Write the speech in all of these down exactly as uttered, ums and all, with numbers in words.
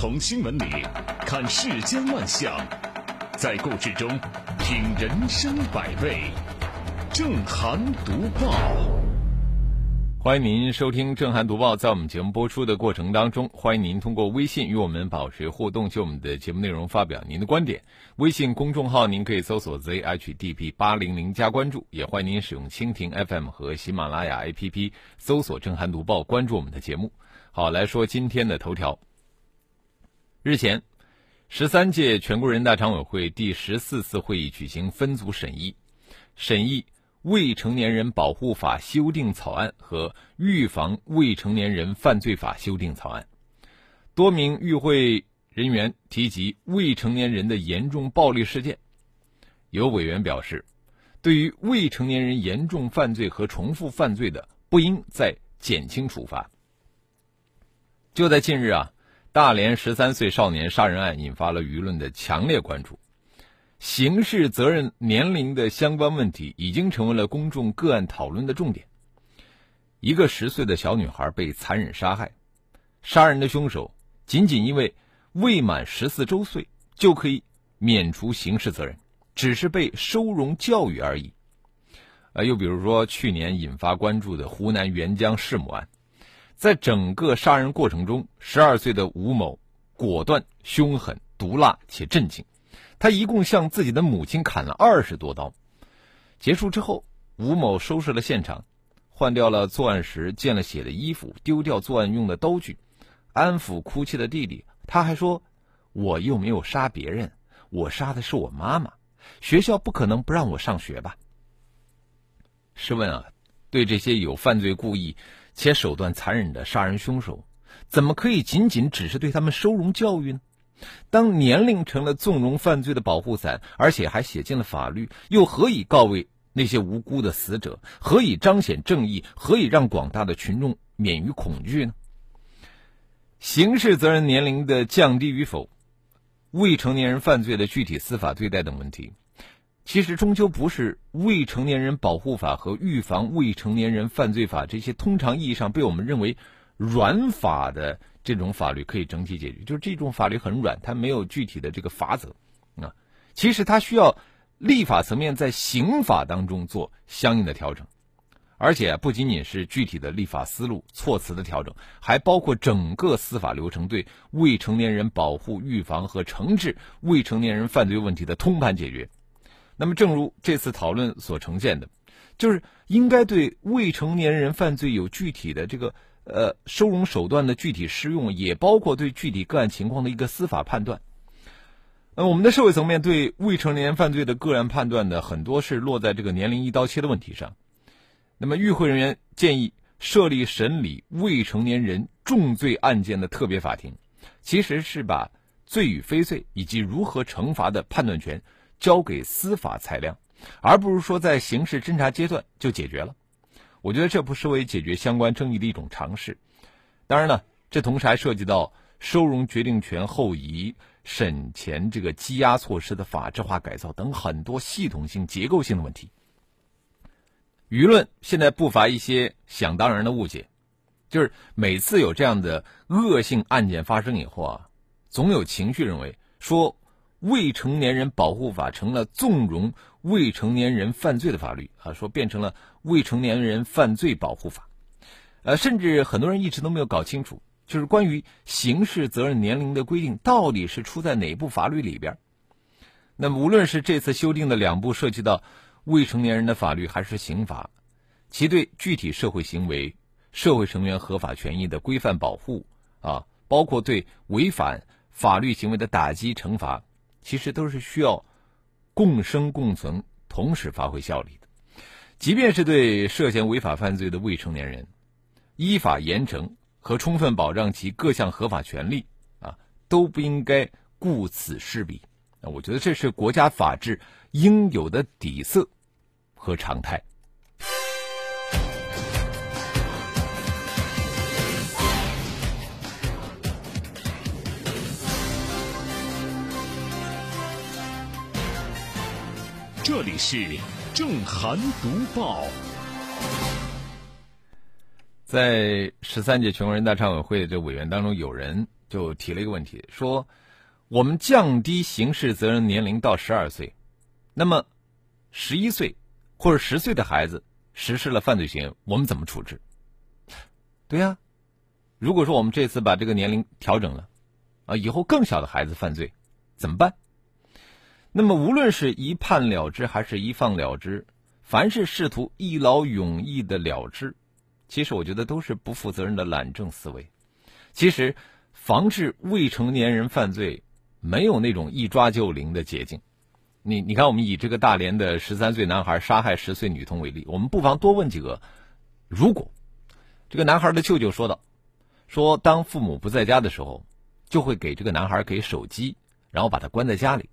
从新闻里看世间万象，在故事中品人生百味。正涵读报， 欢迎您收听正涵读报。在我们节目播出的过程当中，欢迎您通过微信与我们保持互动，就我们的节目内容发表您的观点。微信公众号您可以搜索 Z H D P 八零零 加关注，也欢迎您使用蜻蜓 F M 和喜马拉雅 A P P 搜索正涵读报，关注我们的节目。好，来说今天的头条。日前，十三届全国人大常委会第十四次会议举行分组审议，审议未成年人保护法修订草案和预防未成年人犯罪法修订草案。多名与会人员提及未成年人的严重暴力事件。有委员表示，对于未成年人严重犯罪和重复犯罪的，不应再减轻处罚。就在近日啊，大连十三岁少年杀人案引发了舆论的强烈关注。刑事责任年龄的相关问题已经成为了公众个案讨论的重点。一个十岁的小女孩被残忍杀害，杀人的凶手仅仅因为未满十四周岁就可以免除刑事责任，只是被收容教育而已。呃，又比如说去年引发关注的湖南沅江弑母案，在整个杀人过程中，十二岁的吴某果断、凶狠、毒辣且震惊。他一共向自己的母亲砍了二十多刀。结束之后，吴某收拾了现场，换掉了作案时见了血的衣服，丢掉作案用的刀具，安抚哭泣的弟弟。他还说：“我又没有杀别人，我杀的是我妈妈，学校不可能不让我上学吧？”试问啊，对这些有犯罪故意且手段残忍的杀人凶手，怎么可以仅仅只是对他们收容教育呢？当年龄成了纵容犯罪的保护伞，而且还写进了法律，又何以告慰那些无辜的死者？何以彰显正义？何以让广大的群众免于恐惧呢？刑事责任年龄的降低与否，未成年人犯罪的具体司法对待等问题，其实终究不是未成年人保护法和预防未成年人犯罪法这些通常意义上被我们认为软法的这种法律可以整体解决。就是这种法律很软，它没有具体的这个法则啊。其实它需要立法层面在刑法当中做相应的调整，而且不仅仅是具体的立法思路、措辞的调整，还包括整个司法流程对未成年人保护、预防和惩治未成年人犯罪问题的通盘解决。那么正如这次讨论所呈现的，就是应该对未成年人犯罪有具体的这个呃收容手段的具体适用，也包括对具体个案情况的一个司法判断。呃，我们的社会层面对未成年人犯罪的个案判断的很多是落在这个年龄一刀切的问题上。那么与会人员建议设立审理未成年人重罪案件的特别法庭，其实是把罪与非罪以及如何惩罚的判断权交给司法裁量，而不是说在刑事侦查阶段就解决了。我觉得这不失为解决相关争议的一种尝试。当然了，这同时还涉及到收容决定权后移、审前这个羁押措施的法制化改造等很多系统性、结构性的问题。舆论现在不乏一些想当然的误解，就是每次有这样的恶性案件发生以后啊，总有情绪认为说未成年人保护法成了纵容未成年人犯罪的法律啊，说变成了未成年人犯罪保护法。呃，甚至很多人一直都没有搞清楚，就是关于刑事责任年龄的规定到底是出在哪部法律里边。那么无论是这次修订的两部涉及到未成年人的法律还是刑法，其对具体社会行为、社会成员合法权益的规范保护啊，包括对违反法律行为的打击惩罚，其实都是需要共生共存，同时发挥效力的。即便是对涉嫌违法犯罪的未成年人，依法严惩和充分保障其各项合法权利啊，都不应该顾此失彼。我觉得这是国家法治应有的底色和常态。 这里是正涵读报。 在十三届全国人大常委会的这委员当中，有人就提了一个问题，说我们降低刑事责任年龄到十二岁，那么十一岁或者十岁的孩子实施了犯罪行为，我们怎么处置？对呀、啊，如果说我们这次把这个年龄调整了啊，以后更小的孩子犯罪怎么办？那么无论是一判了之还是一放了之，凡是试图一劳永逸的了之，其实我觉得都是不负责任的懒政思维。其实防治未成年人犯罪没有那种一抓就灵的捷径。你你看，我们以这个大连的十三岁男孩杀害十岁女童为例，我们不妨多问几个：如果这个男孩的舅舅说道，说当父母不在家的时候，就会给这个男孩给手机，然后把他关在家里。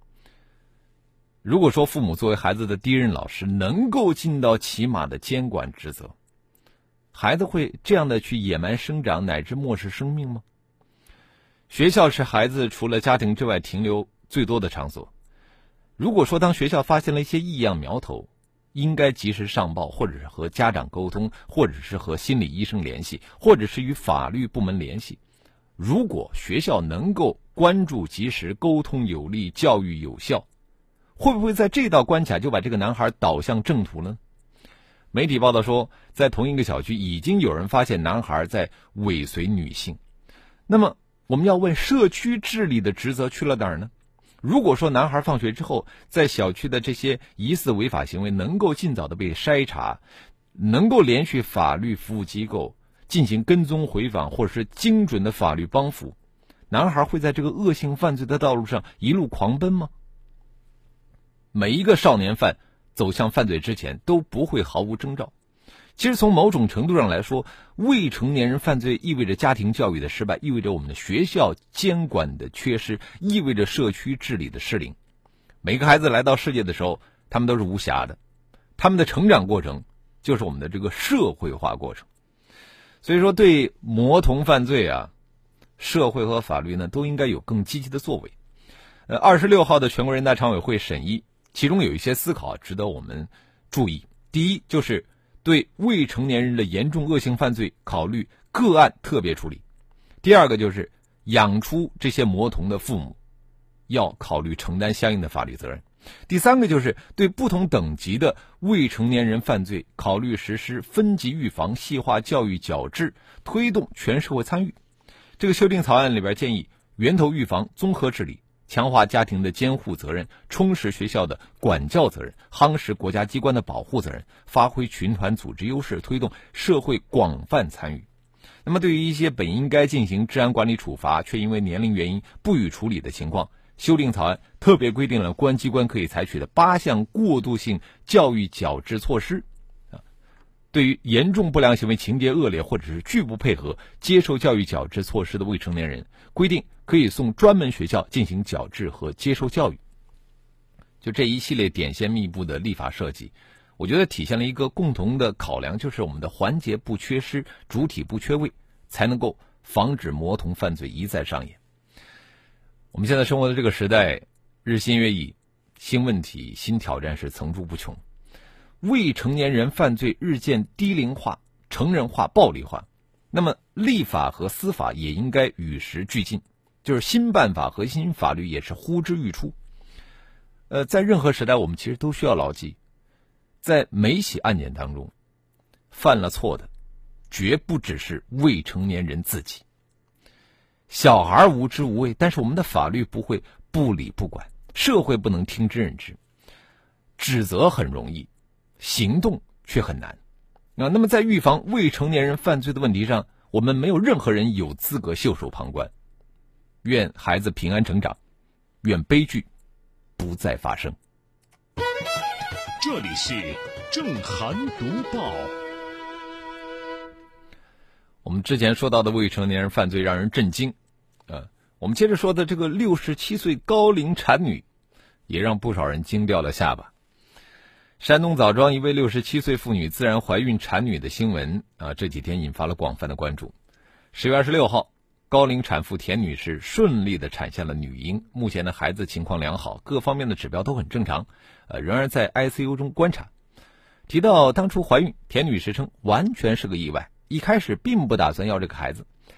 如果说父母作为孩子的第一任老师，能够尽到起码的监管职责，孩子会这样的去野蛮生长乃至漠视生命吗？学校是孩子除了家庭之外停留最多的场所。如果说当学校发现了一些异样苗头，应该及时上报，或者是和家长沟通，或者是和心理医生联系，或者是与法律部门联系。如果学校能够关注及时，沟通有力，教育有效，会不会在这道关卡就把这个男孩导向正途呢？媒体报道说，在同一个小区已经有人发现男孩在尾随女性。那么我们要问，社区治理的职责去了哪儿呢？如果说男孩放学之后，在小区的这些疑似违法行为能够尽早的被筛查，能够连续法律服务机构进行跟踪回访，或者是精准的法律帮扶，男孩会在这个恶性犯罪的道路上一路狂奔吗？每一个少年犯走向犯罪之前都不会毫无征兆。其实从某种程度上来说，未成年人犯罪意味着家庭教育的失败，意味着我们的学校监管的缺失，意味着社区治理的失灵。每个孩子来到世界的时候，他们都是无瑕的，他们的成长过程就是我们的这个社会化过程。所以说，对魔童犯罪啊，社会和法律呢都应该有更积极的作为。呃，二十六号的全国人大常委会审议，其中有一些思考值得我们注意。第一，就是对未成年人的严重恶性犯罪考虑个案特别处理。第二个就是养出这些魔童的父母要考虑承担相应的法律责任。第三个就是对不同等级的未成年人犯罪考虑实施分级预防、细化教育矫治，推动全社会参与。这个修订草案里边建议源头预防、综合治理，强化家庭的监护责任，充实学校的管教责任，夯实国家机关的保护责任，发挥群团组织优势，推动社会广泛参与。那么对于一些本应该进行治安管理处罚却因为年龄原因不予处理的情况，修订草案特别规定了公安机关可以采取的八项过渡性教育矫治措施。对于严重不良行为情节恶劣或者是拒不配合接受教育矫治措施的未成年人，规定可以送专门学校进行矫治和接受教育。就这一系列点线密布的立法设计，我觉得体现了一个共同的考量，就是我们的环节不缺失，主体不缺位，才能够防止魔童犯罪一再上演。我们现在生活的这个时代日新月异，新问题新挑战是层出不穷，未成年人犯罪日渐低龄化、成人化、暴力化，那么立法和司法也应该与时俱进，就是新办法和新法律也是呼之欲出。呃，在任何时代我们其实都需要牢记，在每起案件当中，犯了错的绝不只是未成年人自己。小孩无知无畏，但是我们的法律不会不理不管，社会不能听之任之。指责很容易，行动却很难。啊，那么在预防未成年人犯罪的问题上，我们没有任何人有资格袖手旁观。愿孩子平安成长，愿悲剧不再发生。 这里是正涵读报。 我们之前说到的未成年人犯罪让人震惊，呃，我们接着说的这个六十七岁高龄产女，也让不少人惊掉了下巴。山东枣庄一位六十七岁妇女自然怀孕产女的新闻啊，这几天引发了广泛的关注。十月二十六号，高龄产妇田女士顺利的产下了女婴，目前的孩子情况良好，各方面的指标都很正常，呃，仍然在 I C U 中观察。提到当初怀孕，田女士称完全是个意外，一开始并不打算要这个孩子，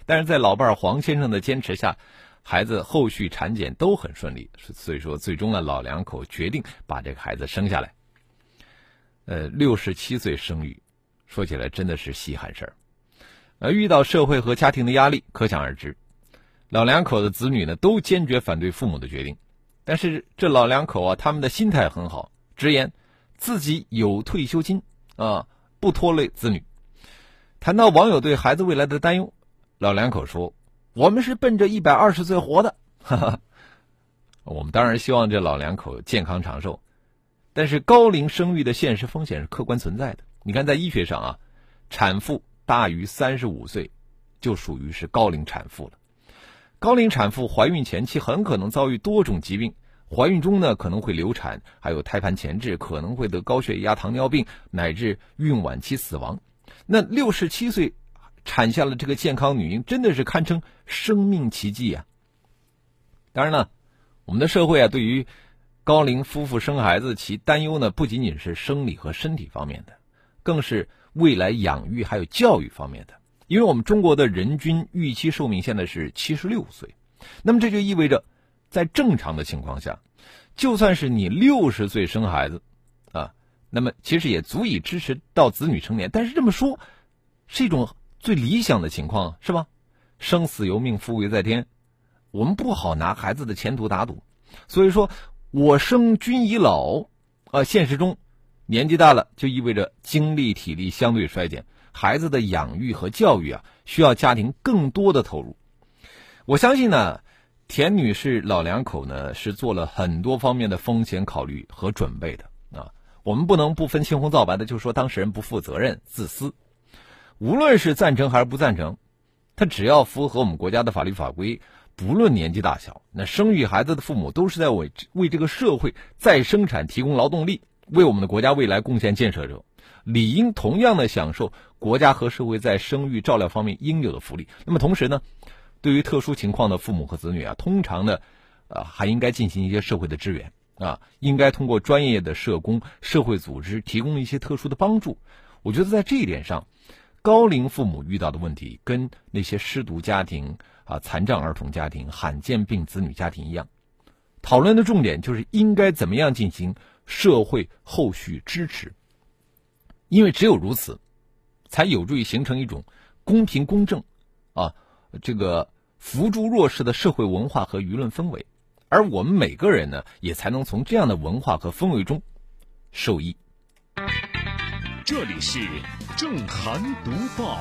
但是在老伴儿黄先生的坚持下，孩子后续产检都很顺利，所以说最终呢，老两口决定把这个孩子生下来。呃，六十七岁生育，说起来真的是稀罕事儿。而遇到社会和家庭的压力，可想而知。老两口的子女呢，都坚决反对父母的决定，但是这老两口啊，他们的心态很好，直言自己有退休金啊，不拖累子女。谈到网友对孩子未来的担忧，老两口说：“我们是奔着一百二十岁活的。”哈哈，我们当然希望这老两口健康长寿，但是高龄生育的现实风险是客观存在的。你看，在医学上啊，产妇大于三十五岁就属于是高龄产妇了。高龄产妇怀孕前期很可能遭遇多种疾病，怀孕中呢可能会流产，还有胎盘前置，可能会得高血压、糖尿病，乃至孕晚期死亡。那六十七岁产下了这个健康女婴，真的是堪称生命奇迹啊！当然了，我们的社会啊，对于高龄夫妇生孩子，其担忧呢不仅仅是生理和身体方面的，更是未来养育还有教育方面的。因为我们中国的人均预期寿命现在是七十六岁，那么这就意味着，在正常的情况下，就算是你六十岁生孩子啊，那么其实也足以支持到子女成年。但是这么说是一种最理想的情况，是吧？生死由命，富贵在天，我们不好拿孩子的前途打赌。所以说我生君已老啊，现实中年纪大了就意味着精力体力相对衰减，孩子的养育和教育啊，需要家庭更多的投入。我相信呢，田女士老两口呢是做了很多方面的风险考虑和准备的啊。我们不能不分青红皂白的就说当事人不负责任、自私。无论是赞成还是不赞成，他只要符合我们国家的法律法规，不论年纪大小，那生育孩子的父母都是在为为这个社会再生产提供劳动力，为我们的国家未来贡献建设者，理应同样的享受国家和社会在生育照料方面应有的福利。那么同时呢，对于特殊情况的父母和子女啊，通常呢，呃，还应该进行一些社会的支援啊，应该通过专业的社工、社会组织提供一些特殊的帮助。我觉得在这一点上，高龄父母遇到的问题跟那些失独家庭啊、残障儿童家庭、罕见病子女家庭一样，讨论的重点就是应该怎么样进行社会后续支持，因为只有如此，才有助于形成一种公平公正啊，这个扶助弱势的社会文化和舆论氛围，而我们每个人呢，也才能从这样的文化和氛围中受益。 这里是正涵读报。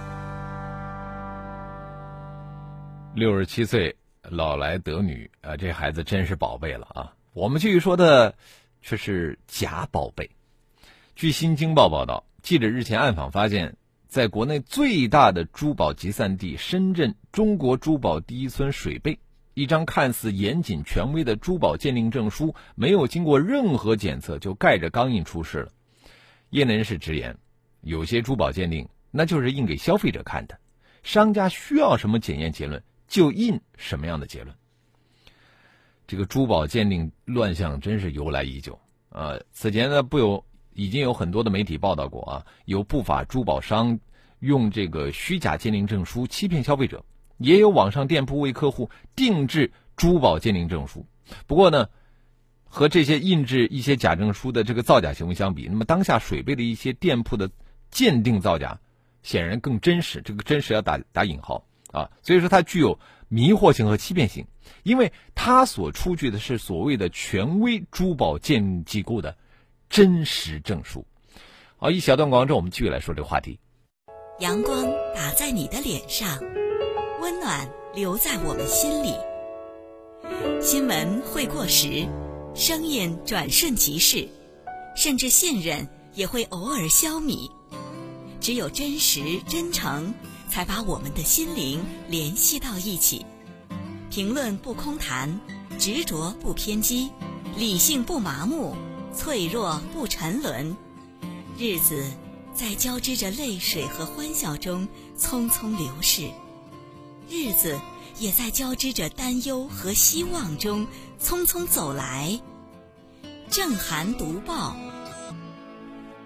六十七岁老来得女啊，这孩子真是宝贝了啊！我们继续说的却是假宝贝。据新京报报道，记者日前暗访发现，在国内最大的珠宝集散地深圳中国珠宝第一村水贝，一张看似严谨权威的珠宝鉴定证书，没有经过任何检测就盖着钢印出示了。业内人士直言，有些珠宝鉴定那就是印给消费者看的，商家需要什么检验结论就印什么样的结论。这个珠宝鉴定乱象真是由来已久啊！此前呢，不有已经有很多的媒体报道过啊，有不法珠宝商用这个虚假鉴定证书欺骗消费者，也有网上店铺为客户定制珠宝鉴定证书。不过呢，和这些印制一些假证书的这个造假行为相比，那么当下水贝的一些店铺的鉴定造假显然更真实，这个真实要打打引号啊，所以说它具有迷惑性和欺骗性，因为它所出具的是所谓的权威珠宝鉴定机构的真实证书。好，一小段广告之后，我们继续来说这个话题。 阳光打在你的脸上，温暖留在我们心里。新闻会过时，声音转瞬即逝，甚至信任也会偶尔消弭。只有真实真诚，才把我们的心灵联系到一起。评论不空谈，执着不偏激，理性不麻木，脆弱不沉沦。日子在交织着泪水和欢笑中匆匆流逝，日子也在交织着担忧和希望中匆匆走来。正涵读报，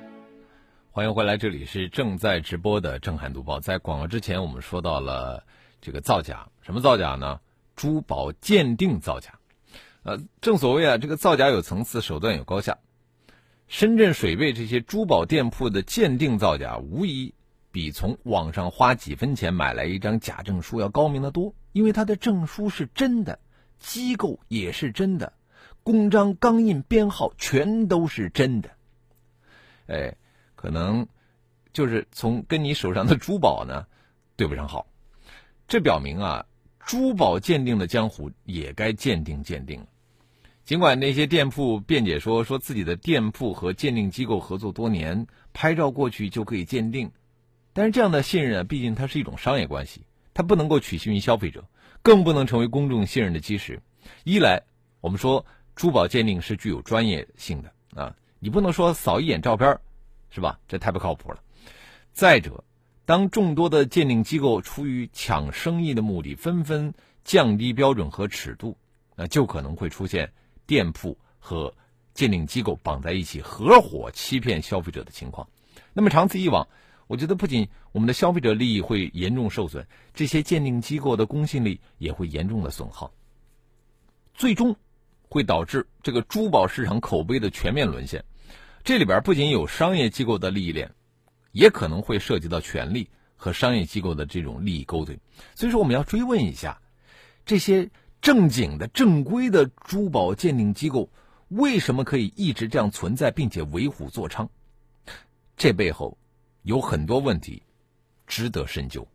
欢迎回来，这里是正在直播的正涵读报。在广告之前，我们说到了这个造假。什么造假呢？珠宝鉴定造假。呃，正所谓啊，这个造假有层次，手段有高下。深圳水贝这些珠宝店铺的鉴定造假，无疑比从网上花几分钱买来一张假证书要高明得多，因为它的证书是真的，机构也是真的，公章、钢印、编号全都是真的。哎，可能就是从跟你手上的珠宝呢对不上号。这表明啊，珠宝鉴定的江湖也该鉴定鉴定了。尽管那些店铺辩解说说自己的店铺和鉴定机构合作多年，拍照过去就可以鉴定，但是这样的信任啊，毕竟它是一种商业关系，它不能够取信于消费者，更不能成为公众信任的基石。一来，我们说珠宝鉴定是具有专业性的啊，你不能说扫一眼照片，是吧？这太不靠谱了。再者，当众多的鉴定机构出于抢生意的目的，纷纷降低标准和尺度，那就可能会出现店铺和鉴定机构绑在一起合伙欺骗消费者的情况。那么长此以往，我觉得不仅我们的消费者利益会严重受损，这些鉴定机构的公信力也会严重的损耗，最终会导致这个珠宝市场口碑的全面沦陷。这里边不仅有商业机构的利益链，也可能会涉及到权力和商业机构的这种利益勾兑。所以说我们要追问一下，这些正经的正规的珠宝鉴定机构为什么可以一直这样存在并且为虎作伥？这背后有很多问题值得深究。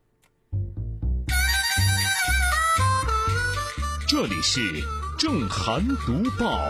这里是正涵读报。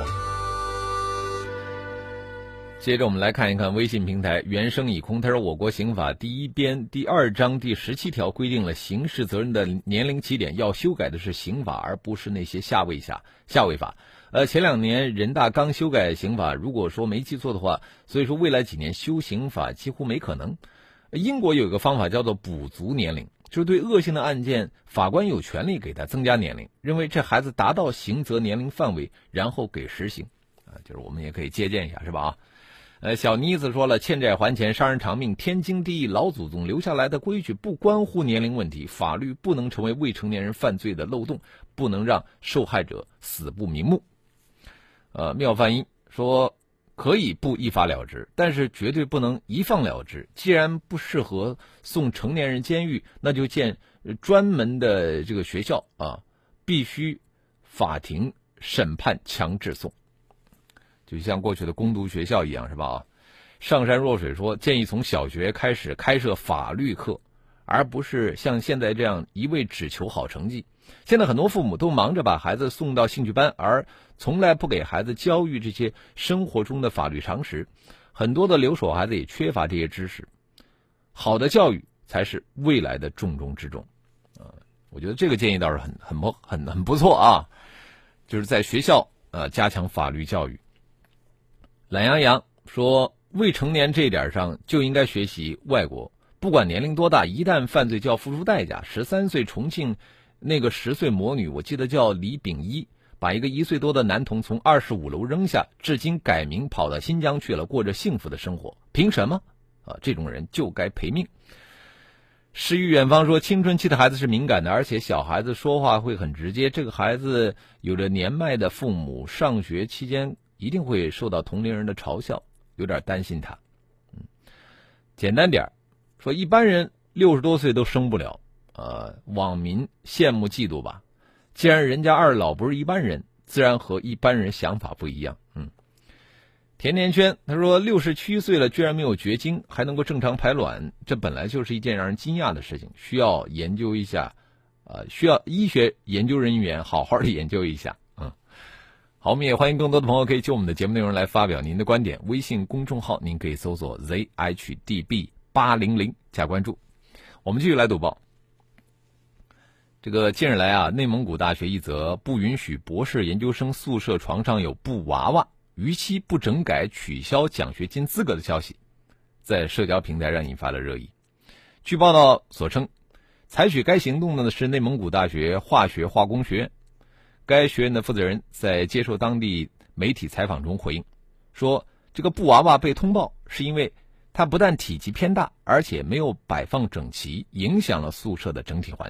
接着我们来看一看微信平台原声已空，他说我国刑法第一编第二章第十七条规定了刑事责任的年龄起点要修改的是刑法，而不是那些下位下下位法。呃，前两年人大刚修改刑法，如果说没记错的话，所以说未来几年修刑法几乎没可能。英国有一个方法叫做补足年龄，就是对恶性的案件，法官有权利给他增加年龄，认为这孩子达到刑责年龄范围，然后给实行。啊，就是我们也可以借鉴一下，是吧？啊。呃，小妮子说了，欠债还钱，杀人偿命，天经地义，老祖宗留下来的规矩，不关乎年龄问题，法律不能成为未成年人犯罪的漏洞，不能让受害者死不瞑目。呃，妙梵音说，可以不依法了之，但是绝对不能一放了之。既然不适合送成年人监狱，那就建专门的这个学校啊，必须法庭审判强制送。就像过去的攻读学校一样，是吧？上善若水说，建议从小学开始开设法律课，而不是像现在这样一味只求好成绩。现在很多父母都忙着把孩子送到兴趣班，而从来不给孩子教育这些生活中的法律常识。很多的留守孩子也缺乏这些知识。好的教育才是未来的重中之重。呃，我觉得这个建议倒是很很不很很不错啊，就是在学校呃加强法律教育。懒羊羊说，未成年这一点上就应该学习外国，不管年龄多大，一旦犯罪就要付出代价。十三岁重庆那个十岁魔女，我记得叫李炳一，把一个一岁多的男童从二十五楼扔下，至今改名跑到新疆去了，过着幸福的生活。凭什么啊？这种人就该赔命。诗与远方说，青春期的孩子是敏感的，而且小孩子说话会很直接，这个孩子有着年迈的父母，上学期间一定会受到同龄人的嘲笑，有点担心他。嗯，简单点说，一般人六十多岁都生不了，呃，网民羡慕嫉妒吧。既然人家二老不是一般人，自然和一般人想法不一样。嗯，甜甜圈他说，六十七岁了居然没有绝经，还能够正常排卵，这本来就是一件让人惊讶的事情，需要研究一下，呃，需要医学研究人员好好的研究一下。好，我们也欢迎更多的朋友可以就我们的节目内容来发表您的观点。微信公众号您可以搜索 Z H D B 八零零 加关注。我们继续来读报。这个近日来啊，内蒙古大学一则不允许博士研究生宿舍床上有布娃娃，逾期不整改取消奖学金资格的消息，在社交平台上引发了热议。据报道所称，采取该行动的是内蒙古大学化学化工学院。该学院的负责人在接受当地媒体采访中回应说，这个布娃娃被通报是因为它不但体积偏大，而且没有摆放整齐，影响了宿舍的整体环境。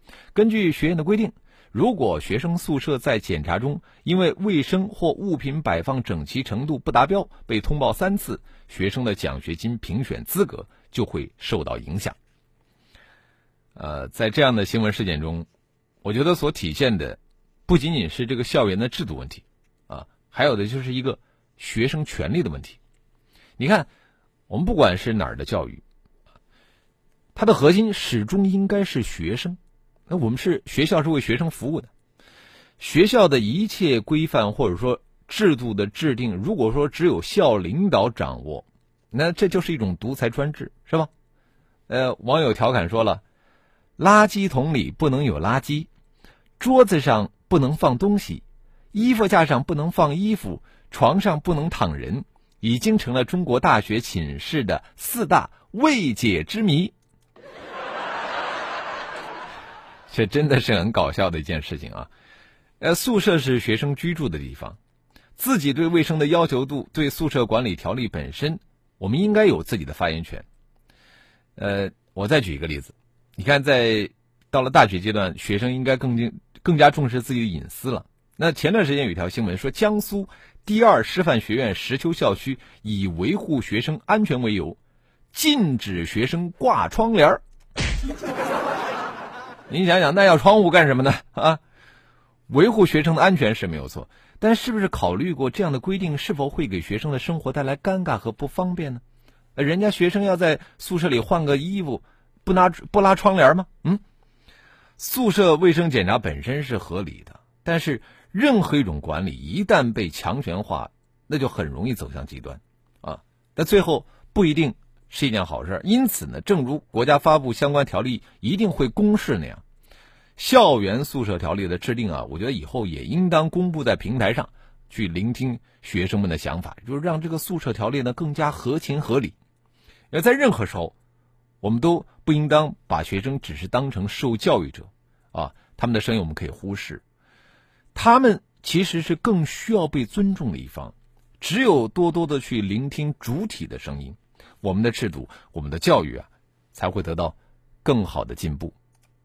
根据学院的规定，如果学生宿舍在检查中因为卫生或物品摆放整齐程度不达标被通报三次，学生的奖学金评选资格就会受到影响。呃，在这样的新闻事件中，我觉得所体现的不仅仅是这个校园的制度问题啊，还有的就是一个学生权利的问题。你看，我们不管是哪儿的教育，它的核心始终应该是学生。那我们是学校是为学生服务的，学校的一切规范或者说制度的制定，如果说只有校领导掌握，那这就是一种独裁专制，是吧？呃，网友调侃说了，垃圾桶里不能有垃圾，桌子上不能放东西，衣服架上不能放衣服，床上不能躺人，已经成了中国大学寝室的四大未解之谜。这真的是很搞笑的一件事情啊！呃，宿舍是学生居住的地方，自己对卫生的要求度，对宿舍管理条例本身，我们应该有自己的发言权。呃，我再举一个例子，你看，在到了大学阶段，学生应该更更加重视自己的隐私了。那前段时间有一条新闻说，江苏第二师范学院石丘校区以维护学生安全为由，禁止学生挂窗帘儿。您想想，那要窗户干什么呢？啊，维护学生的安全是没有错，但是不是考虑过这样的规定是否会给学生的生活带来尴尬和不方便呢？人家学生要在宿舍里换个衣服，不拉不拉窗帘吗？嗯，宿舍卫生检查本身是合理的，但是任何一种管理一旦被强权化，那就很容易走向极端啊。但最后不一定是一件好事，因此呢，正如国家发布相关条例一定会公示那样，校园宿舍条例的制定啊，我觉得以后也应当公布在平台上，去聆听学生们的想法，就是让这个宿舍条例呢更加合情合理。而在任何时候，我们都不应当把学生只是当成受教育者啊，他们的声音我们可以忽视，他们其实是更需要被尊重的一方，只有多多的去聆听主体的声音，我们的制度，我们的教育啊，才会得到更好的进步。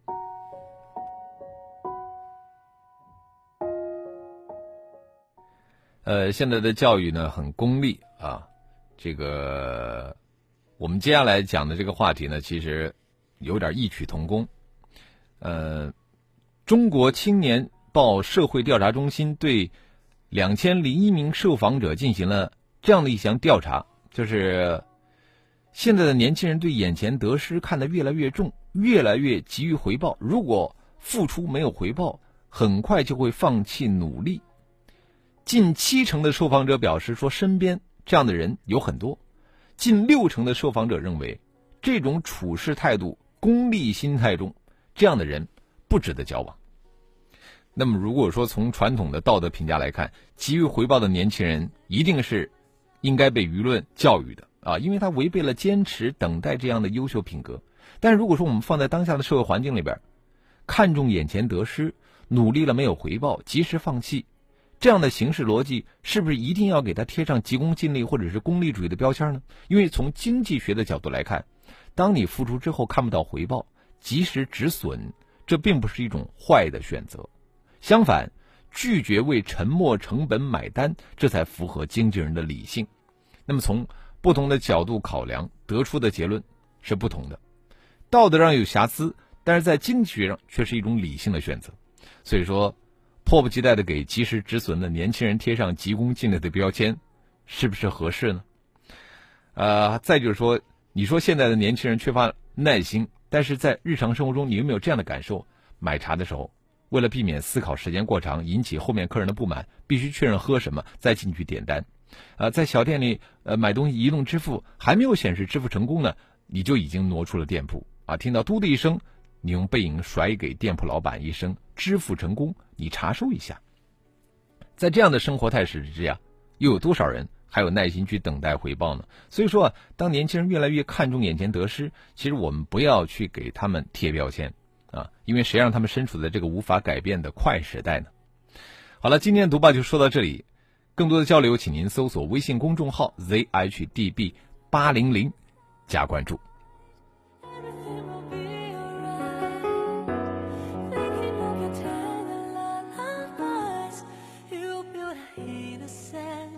呃，现在的教育呢很功利啊，这个我们接下来讲的这个话题呢，其实有点异曲同工。呃，中国青年报社会调查中心对两千零一名受访者进行了这样的一项调查，就是现在的年轻人对眼前得失看得越来越重，越来越急于回报，如果付出没有回报，很快就会放弃努力。近七成的受访者表示说身边这样的人有很多，近六成的受访者认为这种处事态度功利心态中，这样的人不值得交往。那么如果说从传统的道德评价来看，急于回报的年轻人一定是应该被舆论教育的啊，因为他违背了坚持等待这样的优秀品格。但如果说我们放在当下的社会环境里边，看重眼前得失，努力了没有回报，及时放弃，这样的行事逻辑是不是一定要给他贴上急功近利或者是功利主义的标签呢？因为从经济学的角度来看，当你付出之后看不到回报，及时止损，这并不是一种坏的选择。相反，拒绝为沉没成本买单，这才符合经纪人的理性。那么从不同的角度考量，得出的结论是不同的。道德上有瑕疵，但是在经济学上却是一种理性的选择。所以说，迫不及待地给及时止损的年轻人贴上急功近利的标签，是不是合适呢？呃，再就是说，你说现在的年轻人缺乏耐心，但是在日常生活中，你有没有这样的感受？买茶的时候，为了避免思考时间过长，引起后面客人的不满，必须确认喝什么，再进去点单。呃，在小店里呃买东西移动支付，还没有显示支付成功呢，你就已经挪出了店铺啊！听到嘟的一声，你用背影甩给店铺老板一声支付成功，你查收一下。在这样的生活态势之下，又有多少人还有耐心去等待回报呢？所以说啊，当年轻人越来越看重眼前得失，其实我们不要去给他们贴标签啊，因为谁让他们身处在这个无法改变的快时代呢？好了，今天的读报就说到这里，更多的交流请您搜索微信公众号 Z H D B 八零零 加关注。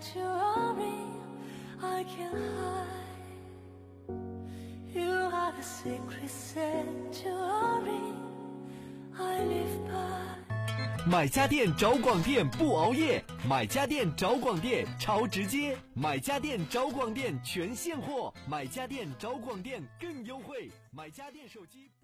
sanctuary I can hide. You are the secret sanctuary I live by. 买家电找广电不熬夜，买家电找广电超直接，买家电找广电全现货，买家电找广电更优惠，买家电手机。